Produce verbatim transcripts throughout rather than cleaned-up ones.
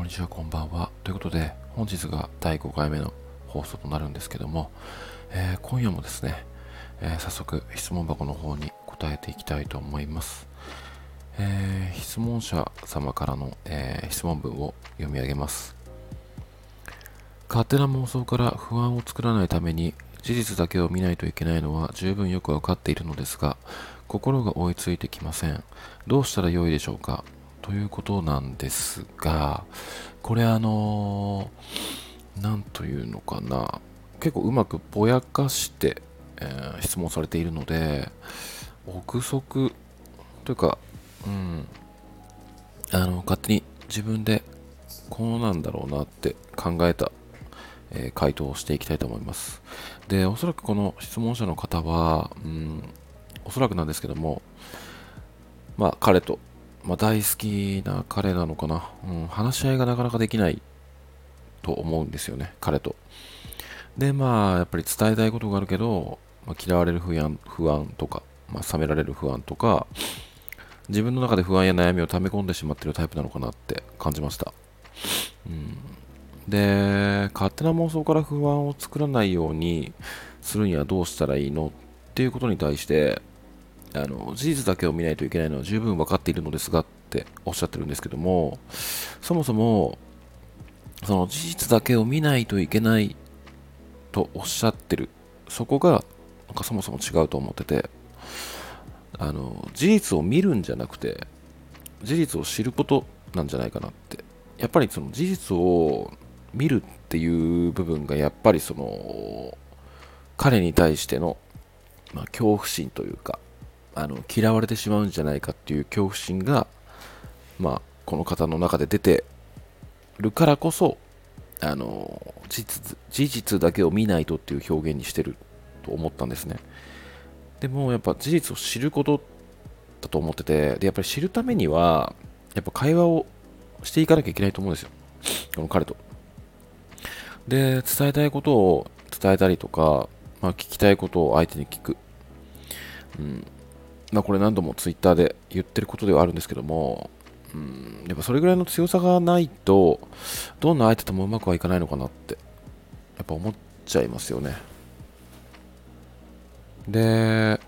にちは、こんばんは。ということで、本日がだいごかいめの放送となるんですけども、えー今夜もですね、えー早速質問箱の方に答えていきたいと思います。えー質問者様からの、えー質問文を読み上げます。勝手な妄想から不安を作らないために事実だけを見ないといけないのは十分よくわかっているのですが、心が追いついてきません。どうしたらよいでしょうか、ということなんですが、これあのーなんというのかな、結構うまくぼやかして、えー質問されているので、憶測というか、うん、あの勝手に自分でこうなんだろうなって考えた、えー回答をしていきたいと思います。で、おそらくこの質問者の方は、うん、おそらくなんですけども、まあ彼と、まあ、大好きな彼なのかな、うん、話し合いがなかなかできないと思うんですよね、彼と。で、まあ、やっぱり伝えたいことがあるけど、まあ、嫌われる不安不安とか、まあ、冷められる不安とか、自分の中で不安や悩みを溜め込んでしまっているタイプなのかなって感じました。うん、で、勝手な妄想から不安を作らないようにするにはどうしたらいいのっていうことに対して、あの事実だけを見ないといけないのは十分分かっているのですがっておっしゃってるんですけども、そもそもその事実だけを見ないといけないとおっしゃってる、そこがなんかそもそも違うと思ってて、あの事実を見るんじゃなくて事実を知ることなんじゃないかなって。やっぱりその事実を見るっていう部分がやっぱりその彼に対しての、まあ、恐怖心というか、あの嫌われてしまうんじゃないかっていう恐怖心が、まあ、この方の中で出てるからこそ、あの事実事実だけを見ないとっていう表現にしてると思ったんですね。でもやっぱ事実を知ることだと思ってて、でやっぱり知るためにはやっぱ会話をしていかなきゃいけないと思うんですよ、この彼と。で、伝えたいことを伝えたりとか、まあ、聞きたいことを相手に聞く。うん。まあ、これ何度もツイッターで言ってることではあるんですけども、うん、やっぱそれぐらいの強さがないと、どんな相手ともうまくはいかないのかなって、やっぱ思っちゃいますよね。で、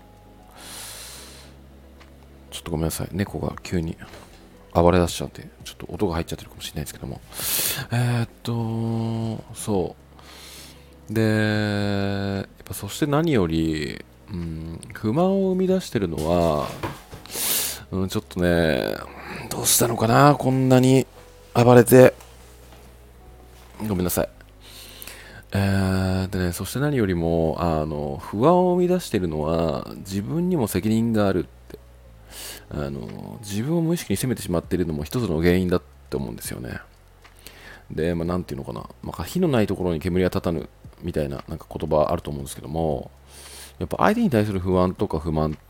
ちょっとごめんなさい。猫が急に暴れ出しちゃって、ちょっと音が入っちゃってるかもしれないですけども。えー、っと、そう。で、やっぱそして何より、うん、不満を生み出してるのは、うん、ちょっとね、どうしたのかな、こんなに暴れて。ごめんなさい。えー、でね、そして何よりも、あの、不安を生み出しているのは、自分にも責任があるって、あの、自分を無意識に責めてしまっているのも一つの原因だって思うんですよね。で、まあ、なんていうのかな、まあ、火のないところに煙は立たぬみたいな、なんか言葉あると思うんですけども、やっぱ相手に対する不安とか不満って、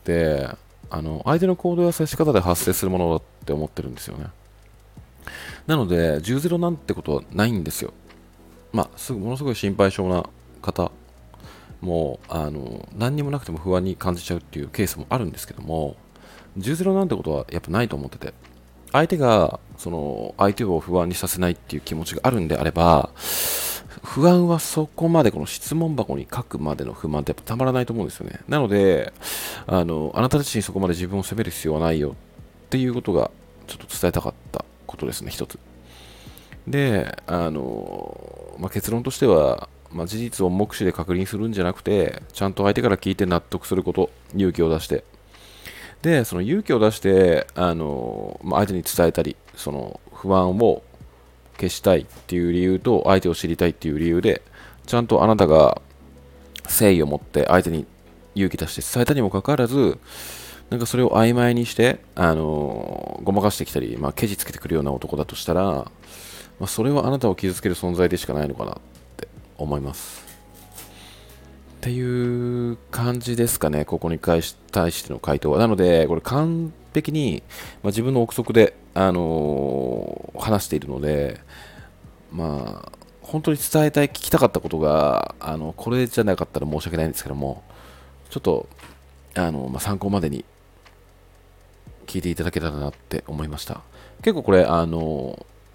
あの、相手の行動や接し方で発生するものだって思ってるんですよね。なので、じゅうゼロなんてことはないんですよ。まあ、すぐ、ものすごい心配性な方も、あの、何にもなくても不安に感じちゃうっていうケースもあるんですけども、じゅうゼロなんてことはやっぱないと思ってて、相手が、その、相手を不安にさせないっていう気持ちがあるんであれば、不安はそこまでこの質問箱に書くまでの不満ってやっぱたまらないと思うんですよね。なので、あの、あなた自身そこまで自分を責める必要はないよっていうことがちょっと伝えたかったことですね、一つ。で、あの、まあ、結論としては、まあ、事実を目視で確認するんじゃなくて、ちゃんと相手から聞いて納得すること、勇気を出して。で、その勇気を出して、あの、まあ、相手に伝えたり、その不安を消したいっていう理由と、相手を知りたいっていう理由で、ちゃんとあなたが誠意を持って相手に勇気出して伝えたにもかかわらず、なんかそれを曖昧にして、あのごまかしてきたり、まあ、ケチつけてくるような男だとしたら、まあ、それはあなたを傷つける存在でしかないのかなって思います。っていう感じですかね、ここに対しての回答は。なので、これ完璧に、まあ、自分の憶測で、あのー話しているので、まあ、本当に伝えたい、聞きたかったことが、あのこれじゃなかったら申し訳ないんですけども、ちょっとあの、まあ、参考までに聞いていただけたらなって思いました。結構これ、あの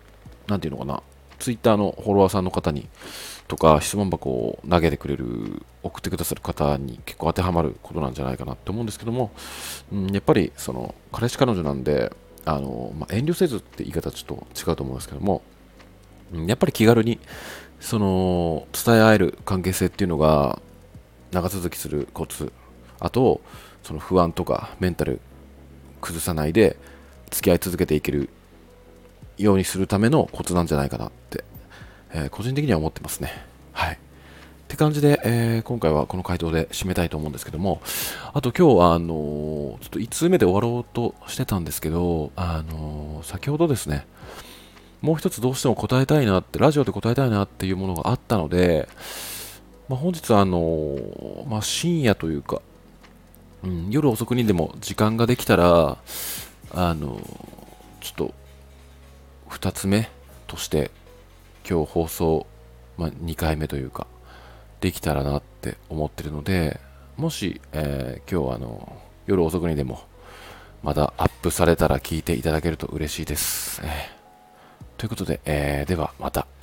なんていうのかな、ツイッターのフォロワーさんの方にとか、質問箱を投げてくれる、送ってくださる方に結構当てはまることなんじゃないかなって思うんですけども、うん、やっぱりその彼氏彼女なんで、あのまあ、遠慮せずって言い方はちょっと違うと思うんですけども、うん、やっぱり気軽にその伝え合える関係性っていうのが長続きするコツ、あとその不安とかメンタル崩さないで付き合い続けていけるようにするためのコツなんじゃないかなって、えー個人的には思ってますね。はい。って感じで、えー今回はこの回答で締めたいと思うんですけども、あと今日はあのーちょっといち通目で終わろうとしてたんですけど、あのー先ほどですね、もう一つどうしても答えたいなって、ラジオで答えたいなっていうものがあったので、まあ、本日はあのーまあ、深夜というか、うん、夜遅くにでも時間ができたら、あのーちょっとふたつめとして今日放送、まあ、にかいめというかできたらなって思ってるので、もし、えー今日はあの夜遅くにでもまだアップされたら聞いていただけると嬉しいです。えーということで、えーではまた。